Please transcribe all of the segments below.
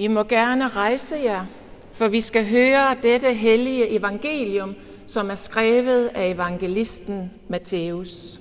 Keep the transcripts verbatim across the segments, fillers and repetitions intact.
I må gerne rejse jer, for vi skal høre dette hellige evangelium, som er skrevet af evangelisten Matthæus.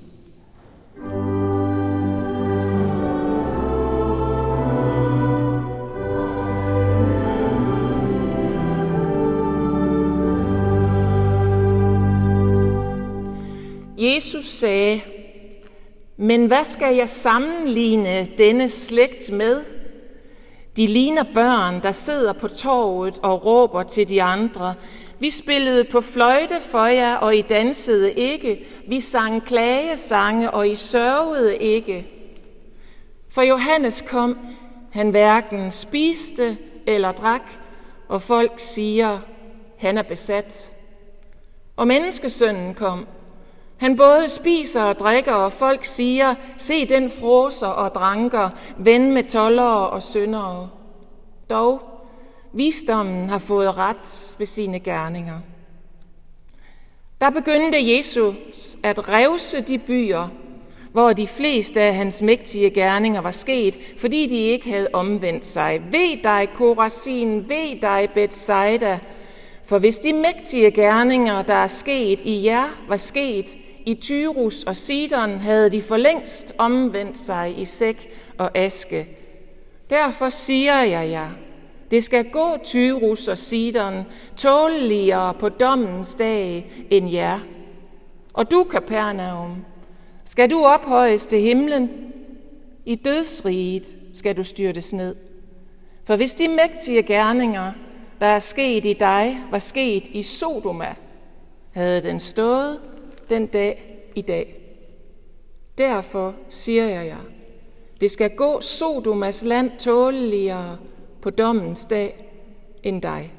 Jesus sagde: Men hvad skal jeg sammenligne denne slægt med? De ligner børn, der sidder på torvet og råber til de andre: Vi spillede på fløjte for jer, og I dansede ikke. Vi sang klagesange, og I sørgede ikke. For Johannes kom, han hverken spiste eller drak, og folk siger, han er besat. Og menneskesønnen kom. Han både spiser og drikker, og folk siger, se den fråser og dranker, ven med toldere og syndere. Dog, visdommen har fået ret ved sine gerninger. Der begyndte Jesus at revse de byer, hvor de fleste af hans mægtige gerninger var sket, fordi de ikke havde omvendt sig. Ved dig, Korazin, ved dig, Betsaida, for hvis de mægtige gerninger, der er sket i jer, var sket i Tyrus og Sidon, havde de for længst omvendt sig i sæk og aske. Derfor siger jeg jer, det skal gå Tyrus og Sidon tåleligere på dommens dag end jer. Og du, Kapernaum, skal du ophøjes til himlen? I dødsriget skal du styrtes ned. For hvis de mægtige gerninger, der er sket i dig, var sket i Sodoma, havde den stået den dag i dag. Derfor siger jeg jer, det skal gå Sodomas land tåleligere på dommens dag end dig.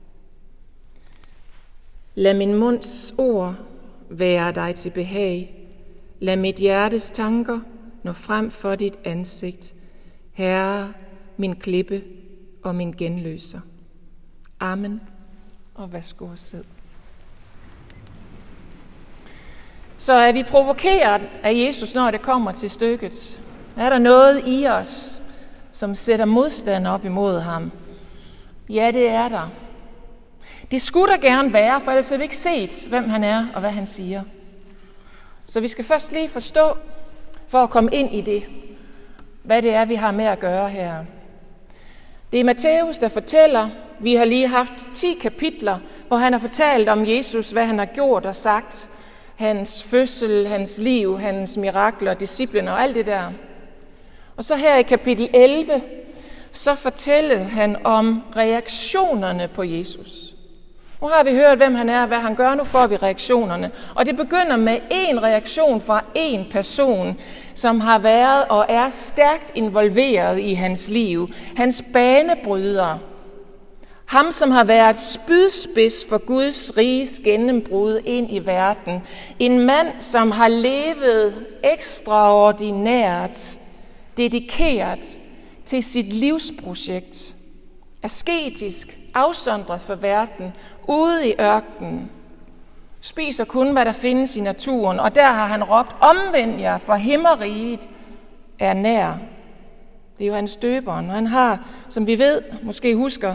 Lad min munds ord være dig til behag. Lad mit hjertes tanker nå frem for dit ansigt. Herre, min klippe og min genløser. Amen. Og værsgo og sid. Så er vi provokeret af Jesus, når det kommer til stykket. Er der noget i os, som sætter modstand op imod ham? Ja, det er der. Det skulle der gerne være, for ellers har vi ikke set, hvem han er og hvad han siger. Så vi skal først lige forstå, for at komme ind i det, hvad det er, vi har med at gøre her. Det er Matthæus, der fortæller. Vi har lige haft ti kapitler, hvor han har fortalt om Jesus, hvad han har gjort og sagt. Hans fødsel, hans liv, hans mirakler, discipliner og alt det der. Og så her i kapitel elleve, så fortæller han om reaktionerne på Jesus. Nu har vi hørt, hvem han er og hvad han gør. Nu får vi reaktionerne. Og det begynder med en reaktion fra en person, som har været og er stærkt involveret i hans liv. Hans banebryder. Ham, som har været spydspids for Guds riges gennembrud ind i verden. En mand, som har levet ekstraordinært, dedikeret til sit livsprojekt. Asketisk, afsondret for verden, ude i ørkenen. Spiser kun, hvad der findes i naturen, og der har han råbt, omvend jer, for himmeriget er nær. Det er jo hans døberen, og han har, som vi ved, måske husker,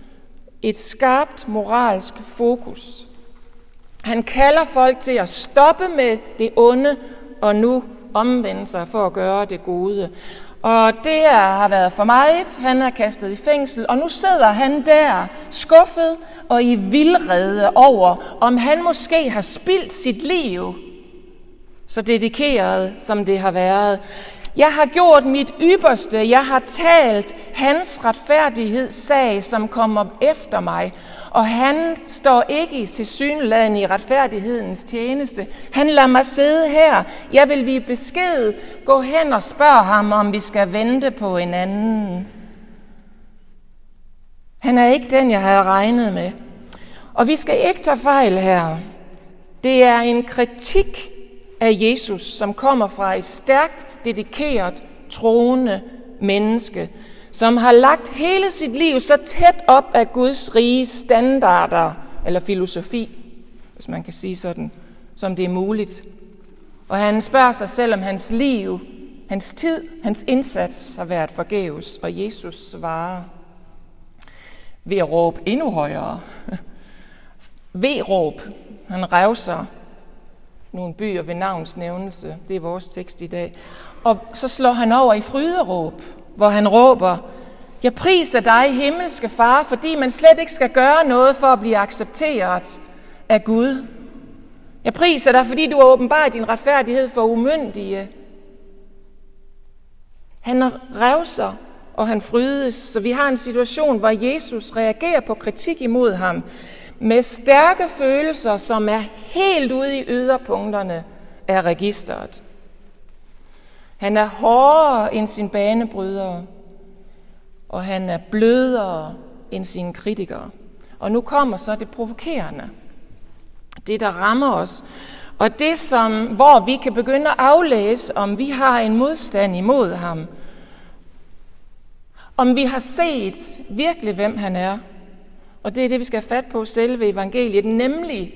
et skarpt moralsk fokus. Han kalder folk til at stoppe med det onde, og nu omvende sig for at gøre det gode. Og det har været for meget. Han er kastet i fængsel, og nu sidder han der skuffet og i vildrede over, om han måske har spildt sit liv, så dedikeret som det har været. Jeg har gjort mit ypperste. Jeg har talt hans retfærdighedssag, som kommer efter mig. Og han står ikke i tilsyneladende i retfærdighedens tjeneste. Han lader mig sidde her. Jeg vil vi besked gå hen og spørge ham, om vi skal vente på en anden. Han er ikke den, jeg havde regnet med. Og vi skal ikke tage fejl her. Det er en kritik af Jesus, som kommer fra et stærkt, dedikeret, troende menneske, som har lagt hele sit liv så tæt op af Guds rige standarder, eller filosofi, hvis man kan sige sådan, som det er muligt. Og han spørger sig selv, om hans liv, hans tid, hans indsats har været forgæves, og Jesus svarer, ved at råbe endnu højere. V-råb. Han revser nogle byer ved navns nævnelse. Det er vores tekst i dag. Og så slår han over i fryderåb, hvor han råber, jeg priser dig, himmelske far, fordi man slet ikke skal gøre noget for at blive accepteret af Gud. Jeg priser dig, fordi du har åbenbart din retfærdighed for umyndige. Han revser, og han frydes, så vi har en situation, hvor Jesus reagerer på kritik imod ham med stærke følelser, som er helt ude i yderpunkterne af registeret. Han er hårdere end sine banebrydere, og han er blødere end sine kritikere. Og nu kommer så det provokerende. Det, der rammer os. Og det, som, hvor vi kan begynde at aflæse, om vi har en modstand imod ham. Om vi har set virkelig, hvem han er. Og det er det, vi skal have fat på selve evangeliet. Nemlig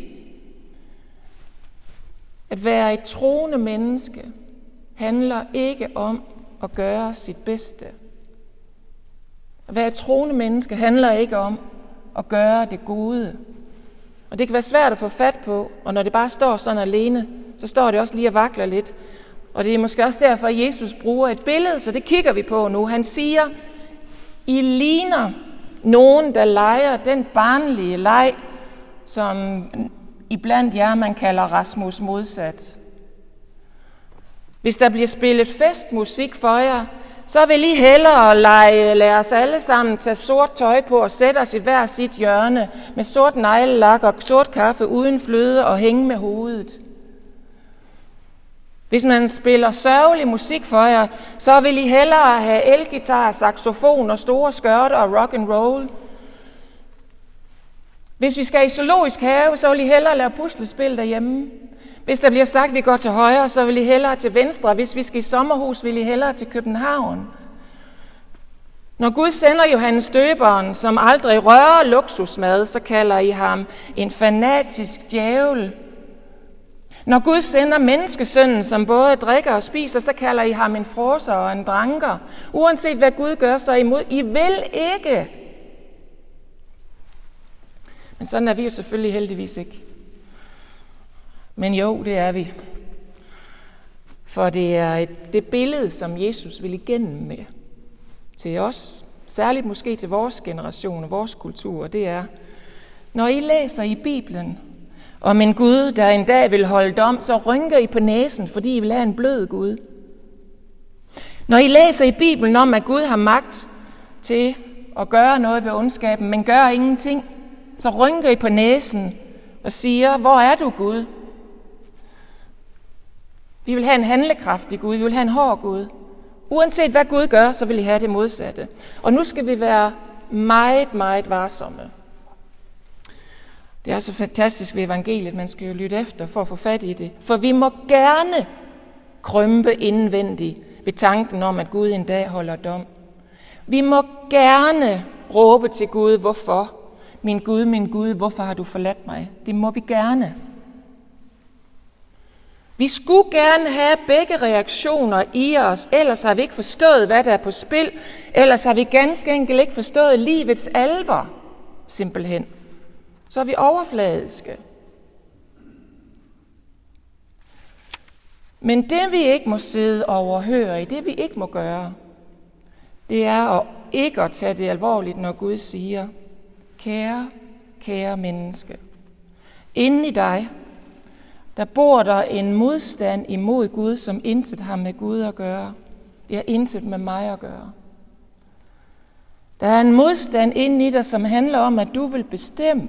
at være et troende menneske handler ikke om at gøre sit bedste. At være et troende menneske handler ikke om at gøre det gode. Og det kan være svært at få fat på, og når det bare står sådan alene, så står det også lige og vakler lidt. Og det er måske også derfor, at Jesus bruger et billede, så det kigger vi på nu. Han siger, I ligner nogen, der leger den barnlige leg, som iblandt jer man kalder Rasmus modsat. Hvis der bliver spillet festmusik for jer, så vil I hellere lege, lade os alle sammen tage sort tøj på og sætte os i hver sit hjørne med sort neglelak og sort kaffe uden fløde og hænge med hovedet. Hvis man spiller sørgelig musik for jer, så vil I hellere have elgitar, saxofon og store skørter og rock and roll. Hvis vi skal i zoologisk have, så vil I hellere lave puslespil derhjemme. Hvis der bliver sagt, at vi går til højre, så vil I hellere til venstre. Hvis vi skal i sommerhus, vil I hellere til København. Når Gud sender Johannes Døberen, som aldrig rører luksusmad, så kalder I ham en fanatisk djævel. Når Gud sender menneskesønnen, som både drikker og spiser, så kalder I ham en fråser og en dranker. Uanset hvad Gud gør, så imod. I vil ikke. Men sådan er vi jo selvfølgelig heldigvis ikke. Men jo, det er vi. For det er et, det billede, som Jesus vil igennem med til os, særligt måske til vores generation og vores kultur, det er, når I læser i Bibelen om en Gud, der en dag vil holde dom, så rynker I på næsen, fordi I vil have en blød Gud. Når I læser i Bibelen om, at Gud har magt til at gøre noget ved ondskaben, men gør ingenting, så rynker I på næsen og siger, hvor er du, Gud? Vi vil have en handlekraftig Gud, vi vil have en hård Gud. Uanset hvad Gud gør, så vil I have det modsatte. Og nu skal vi være meget, meget varsomme. Det er så fantastisk ved evangeliet, man skal jo lytte efter for at få fat i det. For vi må gerne krympe indvendigt ved tanken om, at Gud en dag holder dom. Vi må gerne råbe til Gud, hvorfor? Min Gud, min Gud, hvorfor har du forladt mig? Det må vi gerne. Vi skulle gerne have begge reaktioner i os, ellers har vi ikke forstået, hvad der er på spil, ellers har vi ganske enkelt ikke forstået livets alvor, simpelthen. Så er vi overfladiske. Men det vi ikke må sidde og overhøre i, det vi ikke må gøre, det er at ikke at tage det alvorligt, når Gud siger, kære, kære menneske, inde i dig, der bor der en modstand imod Gud, som intet har med Gud at gøre. Det har intet med mig at gøre. Der er en modstand inde i dig, som handler om, at du vil bestemme,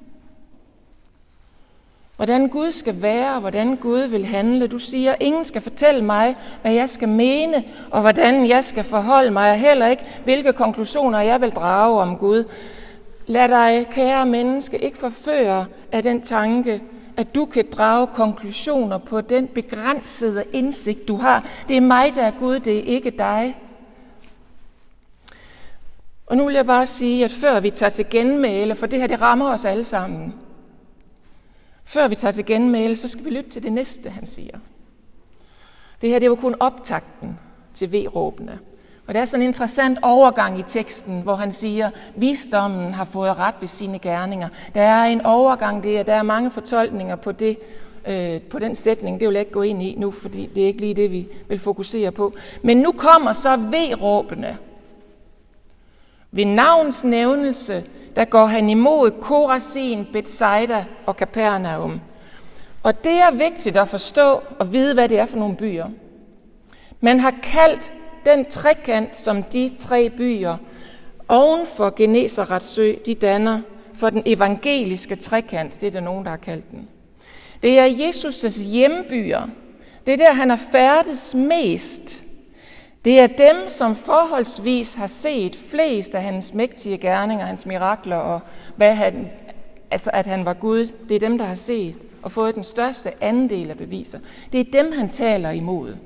hvordan Gud skal være, og hvordan Gud vil handle. Du siger, ingen skal fortælle mig, hvad jeg skal mene, og hvordan jeg skal forholde mig, og heller ikke, hvilke konklusioner jeg vil drage om Gud. Lad dig, kære menneske, ikke forføre af den tanke, at du kan drage konklusioner på den begrænsede indsigt, du har. Det er mig, der er Gud, det er ikke dig. Og nu vil jeg bare sige, at før vi tager til genmæle, for det her, det rammer os alle sammen. Før vi tager til genmæle, så skal vi lytte til det næste, han siger. Det her, det var kun optakten til V-råbene. Og der er sådan en interessant overgang i teksten, hvor han siger, visdommen har fået ret ved sine gerninger. Der er en overgang der, der er mange fortolkninger på det, øh, på den sætning. Det vil jeg ikke gå ind i nu, fordi det er ikke lige det, vi vil fokusere på. Men nu kommer så ved-råbene. Ved navns nævnelse, der går han imod Korazin, Bethsaida og Kapernaum. Og det er vigtigt at forstå og vide, hvad det er for nogle byer. Man har kaldt den trekant, som de tre byer oven for Genesarets sø, de danner for den evangeliske trekant. Det er der nogen, der har kaldt den. Det er Jesus' hjembyer. Det er der, han har færdes mest. Det er dem, som forholdsvis har set flest af hans mægtige gerninger, hans mirakler, og hvad han, altså at han var Gud. Det er dem, der har set og fået den største andel af beviser. Det er dem, han taler imod.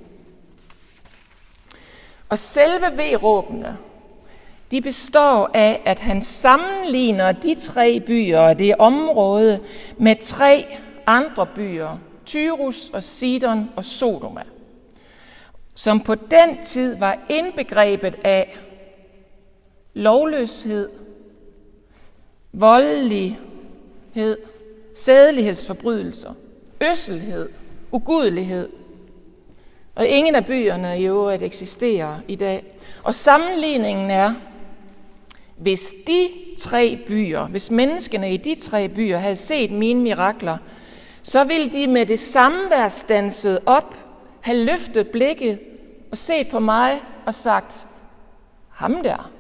Og selve ved-råbene, de består af, at han sammenligner de tre byer og det område med tre andre byer, Tyrus og Sidon og Sodoma, som på den tid var indbegrebet af lovløshed, voldelighed, sædelighedsforbrydelser, øsselhed, ugudelighed. Og ingen af byerne i øvrigt eksisterer i dag. Og sammenligningen er, hvis de tre byer, hvis menneskene i de tre byer havde set mine mirakler, så ville de med det samme være standset op, have løftet blikket og set på mig og sagt, ham der.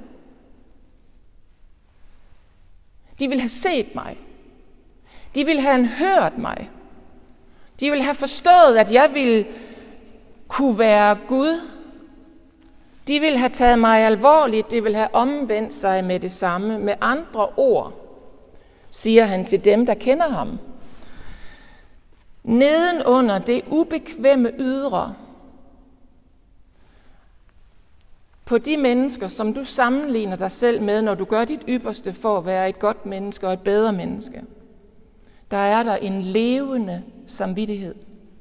De ville have set mig. De ville have hørt mig. De ville have forstået, at jeg ville kunne være Gud. De ville have taget mig alvorligt. De ville have omvendt sig med det samme. Med andre ord, siger han til dem, der kender ham. Nedenunder det ubekvemme ydre, på de mennesker, som du sammenligner dig selv med, når du gør dit ypperste for at være et godt menneske og et bedre menneske, der er der en levende samvittighed.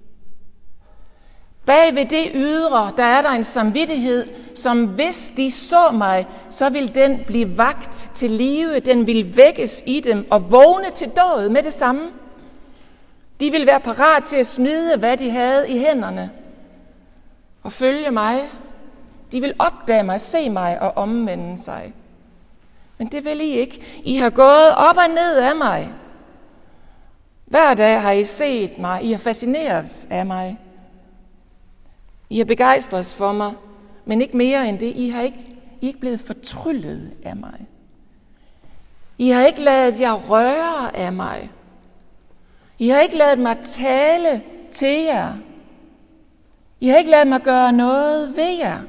Bag ved det ydre, der er der en samvittighed, som hvis de så mig, så vil den blive vakt til live, den vil vækkes i dem og vågne til død med det samme. De vil være parat til at smide, hvad de havde i hænderne og følge mig. De vil opdage mig, se mig og omvende sig. Men det vil I ikke. I har gået op og ned af mig. Hver dag har I set mig. I har fascineret af mig. I har begejstret for mig, men ikke mere end det. I har ikke, I er ikke blevet fortryllet af mig. I har ikke ladet jer røre af mig. I har ikke ladet mig tale til jer. I har ikke ladet mig gøre noget ved jer.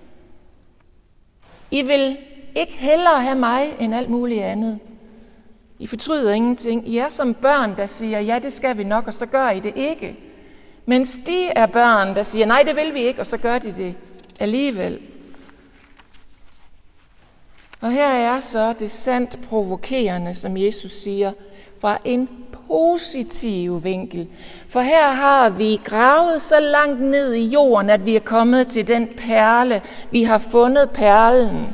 I vil ikke hellere have mig end alt muligt andet. I fortryder ingenting. I er som børn, der siger, ja, det skal vi nok, og så gør I det ikke. Mens de er børn, der siger, nej, det vil vi ikke, og så gør de det alligevel. Og her er så det sandt provokerende, som Jesus siger, fra en positiv vinkel. For her har vi gravet så langt ned i jorden, at vi er kommet til den perle. Vi har fundet perlen.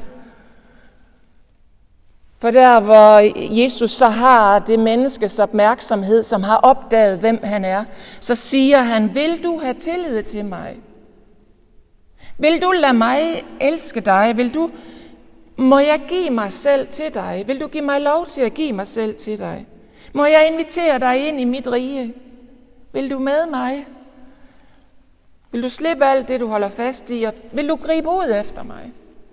For der, hvor Jesus så har det menneskes opmærksomhed, som har opdaget, hvem han er, så siger han, vil du have tillid til mig? Vil du lade mig elske dig? Vil du, må jeg give mig selv til dig? Vil du give mig lov til at give mig selv til dig? Må jeg invitere dig ind i mit rige? Vil du med mig? Vil du slippe alt det, du holder fast i? Og vil du gribe ud efter mig?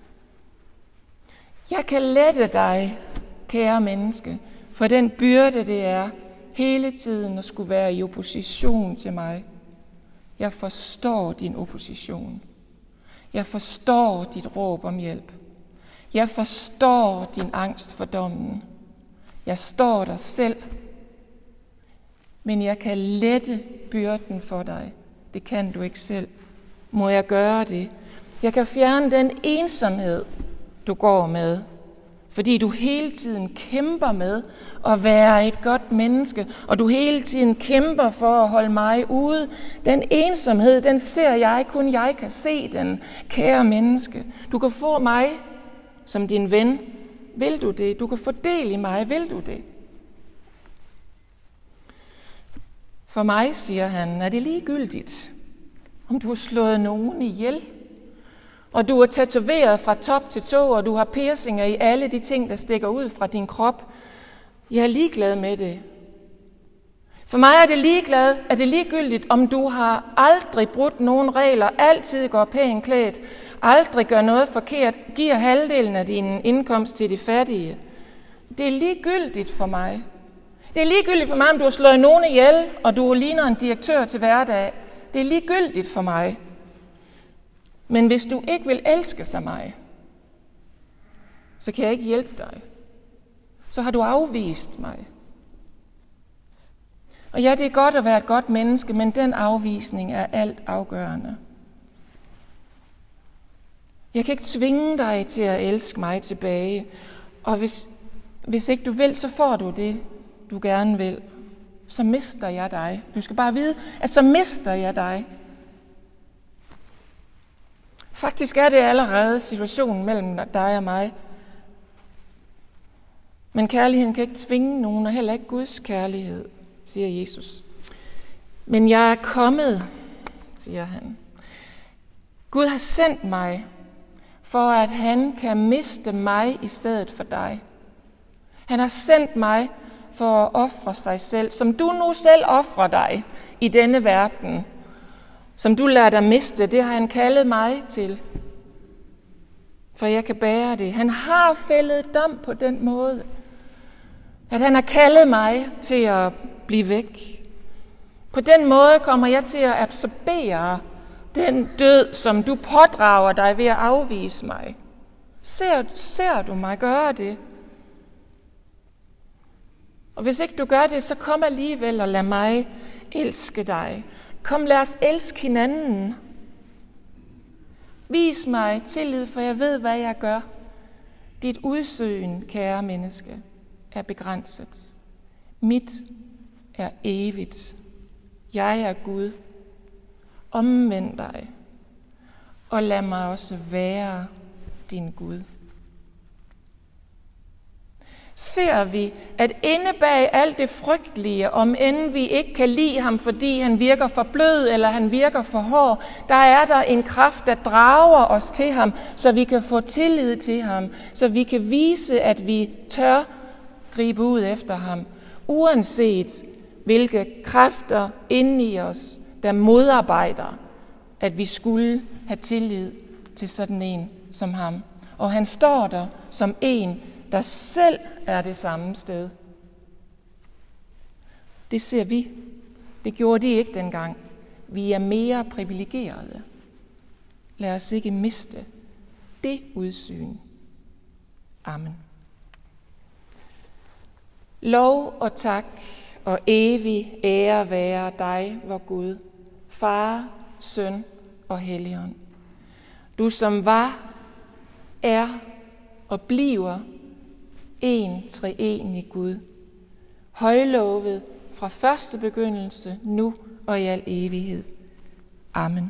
Jeg kan lette dig, kære menneske, for den byrde, det er hele tiden at skulle være i opposition til mig. Jeg forstår din opposition. Jeg forstår dit råb om hjælp. Jeg forstår din angst for dommen. Jeg står der selv, men jeg kan lette byrden for dig. Det kan du ikke selv. Må jeg gøre det? Jeg kan fjerne den ensomhed, du går med. Fordi du hele tiden kæmper med at være et godt menneske, og du hele tiden kæmper for at holde mig ude. Den ensomhed, den ser jeg, kun jeg kan se den, kære menneske. Du kan få mig som din ven. Vil du det? Du kan få del i mig. Vil du det? For mig, siger han, er det ligegyldigt, om du har slået nogen ihjel, og du er tatoveret fra top til tå, og du har piercinger i alle de ting, der stikker ud fra din krop. Jeg er ligeglad med det. For mig er det, ligeglad, er det ligegyldigt, om du har aldrig brudt nogen regler, altid går pænt klædt, aldrig gør noget forkert, giver halvdelen af din indkomst til de fattige. Det er ligegyldigt for mig. Det er ligegyldigt for mig, om du har slået nogen ihjel, og du ligner en direktør til hverdag. Det er ligegyldigt for mig. Men hvis du ikke vil elske sig mig, så kan jeg ikke hjælpe dig. Så har du afvist mig. Og ja, det er godt at være et godt menneske, men den afvisning er alt afgørende. Jeg kan ikke tvinge dig til at elske mig tilbage. Og hvis, hvis ikke du vil, så får du det, du gerne vil. Så mister jeg dig. Du skal bare vide, at så mister jeg dig. Faktisk er det allerede situationen mellem dig og mig. Men kærligheden kan ikke tvinge nogen, og heller ikke Guds kærlighed, siger Jesus. Men jeg er kommet, siger han. Gud har sendt mig, for at han kan miste mig i stedet for dig. Han har sendt mig for at ofre sig selv, som du nu selv ofrer dig i denne verden. Som du lader dig miste, det har han kaldet mig til. For jeg kan bære det. Han har fældet dom på den måde, at han har kaldet mig til at blive væk. På den måde kommer jeg til at absorbere den død, som du pådrager dig ved at afvise mig. Ser, ser du mig gøre det? Og hvis ikke du gør det, så kom alligevel og lad mig elske dig. Kom, lad os elske hinanden. Vis mig tillid, for jeg ved, hvad jeg gør. Dit udsøgen, kære menneske, er begrænset. Mit er evigt. Jeg er Gud. Omvend dig, og lad mig også være din Gud. Ser vi, at inde bag alt det frygtelige, om end vi ikke kan lide ham, fordi han virker for blød eller han virker for hård, der er der en kraft, der drager os til ham, så vi kan få tillid til ham, så vi kan vise, at vi tør gribe ud efter ham, uanset hvilke kræfter inde i os, der modarbejder, at vi skulle have tillid til sådan en som ham. Og han står der som en, der selv er det samme sted. Det ser vi. Det gjorde de ikke dengang. Vi er mere privilegerede. Lad os ikke miste det udsyn. Amen. Lov og tak og evig ære være dig, vor Gud, Far, Søn og Helligånd. Du som var, er og bliver en treenig Gud, højlovet fra første begyndelse, nu og i al evighed. Amen.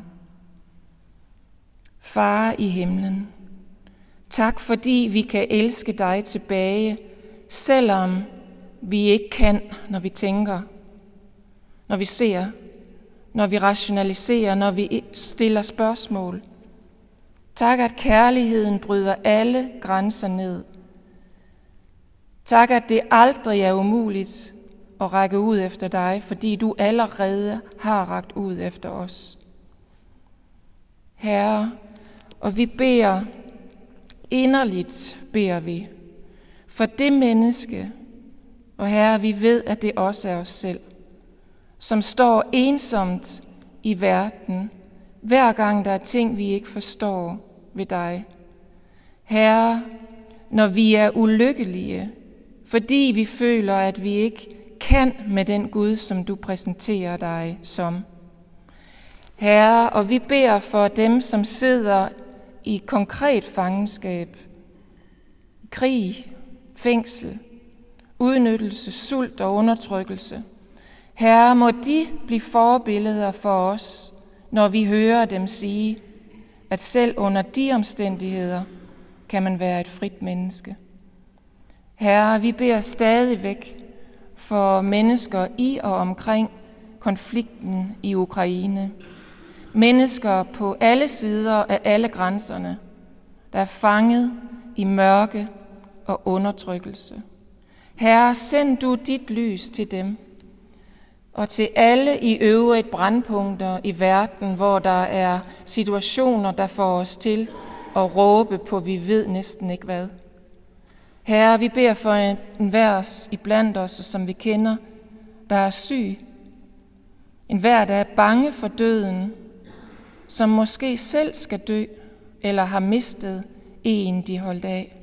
Far i himlen, tak fordi vi kan elske dig tilbage, selvom vi ikke kan, når vi tænker, når vi ser, når vi rationaliserer, når vi stiller spørgsmål. Tak, at kærligheden bryder alle grænser ned. Tak, at det aldrig er umuligt at række ud efter dig, fordi du allerede har rakt ud efter os. Herre, og vi beder, inderligt beder vi, for det menneske, og Herre, vi ved, at det også er os selv, som står ensomt i verden, hver gang der er ting, vi ikke forstår ved dig. Herre, når vi er ulykkelige, fordi vi føler, at vi ikke kan med den Gud, som du præsenterer dig som. Herre, og vi beder for dem, som sidder i konkret fangenskab, krig fængsel, udnyttelse, sult og undertrykkelse. Herre, må de blive forbilleder for os, når vi hører dem sige, at selv under de omstændigheder kan man være et frit menneske. Herre, vi beder stadigvæk for mennesker i og omkring konflikten i Ukraine. Mennesker på alle sider af alle grænserne, der er fanget i mørke og undertrykkelse. Herre, send du dit lys til dem, og til alle i øvrigt brandpunkter i verden, hvor der er situationer, der får os til at råbe på, vi ved næsten ikke hvad. Herre, vi beder for en vers iblandt os, som vi kender, der er syg. En hver, der er bange for døden, som måske selv skal dø, eller har mistet en, de holdt af.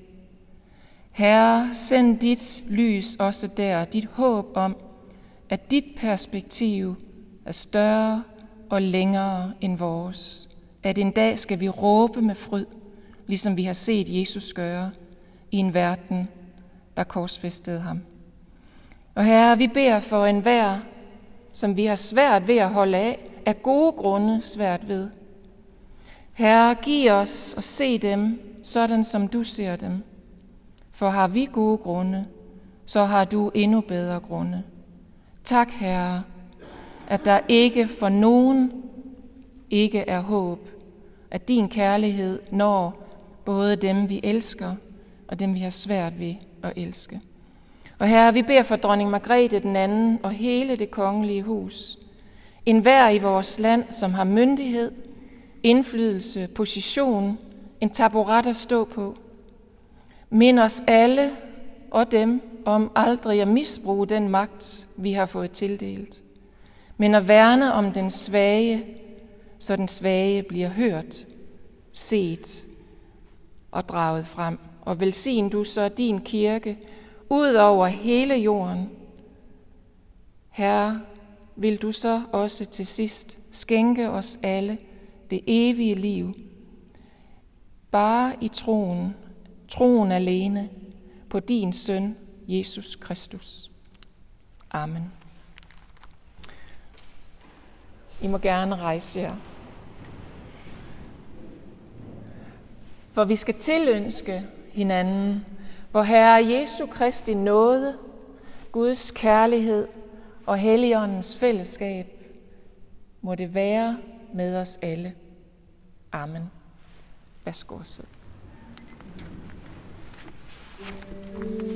Herre, send dit lys også der, dit håb om, at dit perspektiv er større og længere end vores. At en dag skal vi råbe med fryd, ligesom vi har set Jesus gøre i en verden, der korsfæstede ham. Og Herre, vi beder for enhver, som vi har svært ved at holde af, af gode grunde svært ved. Herre, giv os at se dem, sådan som du ser dem. For har vi gode grunde, så har du endnu bedre grunde. Tak, Herre, at der ikke for nogen ikke er håb, at din kærlighed når både dem, vi elsker, og dem, vi har svært ved at elske. Og Herre, vi beder for dronning Margrethe den anden og hele det kongelige hus. En hver i vores land, som har myndighed, indflydelse, position, en taburet at stå på. Mind os alle og dem om aldrig at misbruge den magt, vi har fået tildelt, men at værne om den svage, så den svage bliver hørt, set og draget frem. Og velsign du så din kirke ud over hele jorden. Herre, vil du så også til sidst skænke os alle det evige liv, bare i troen, troen alene på din søn, Jesus Kristus. Amen. I må gerne rejse jer. For vi skal tilønske hinanden, hvor Herre Jesu Kristi nåde, Guds kærlighed og Helligåndens fællesskab må det være med os alle. Amen. Værsgo og sid.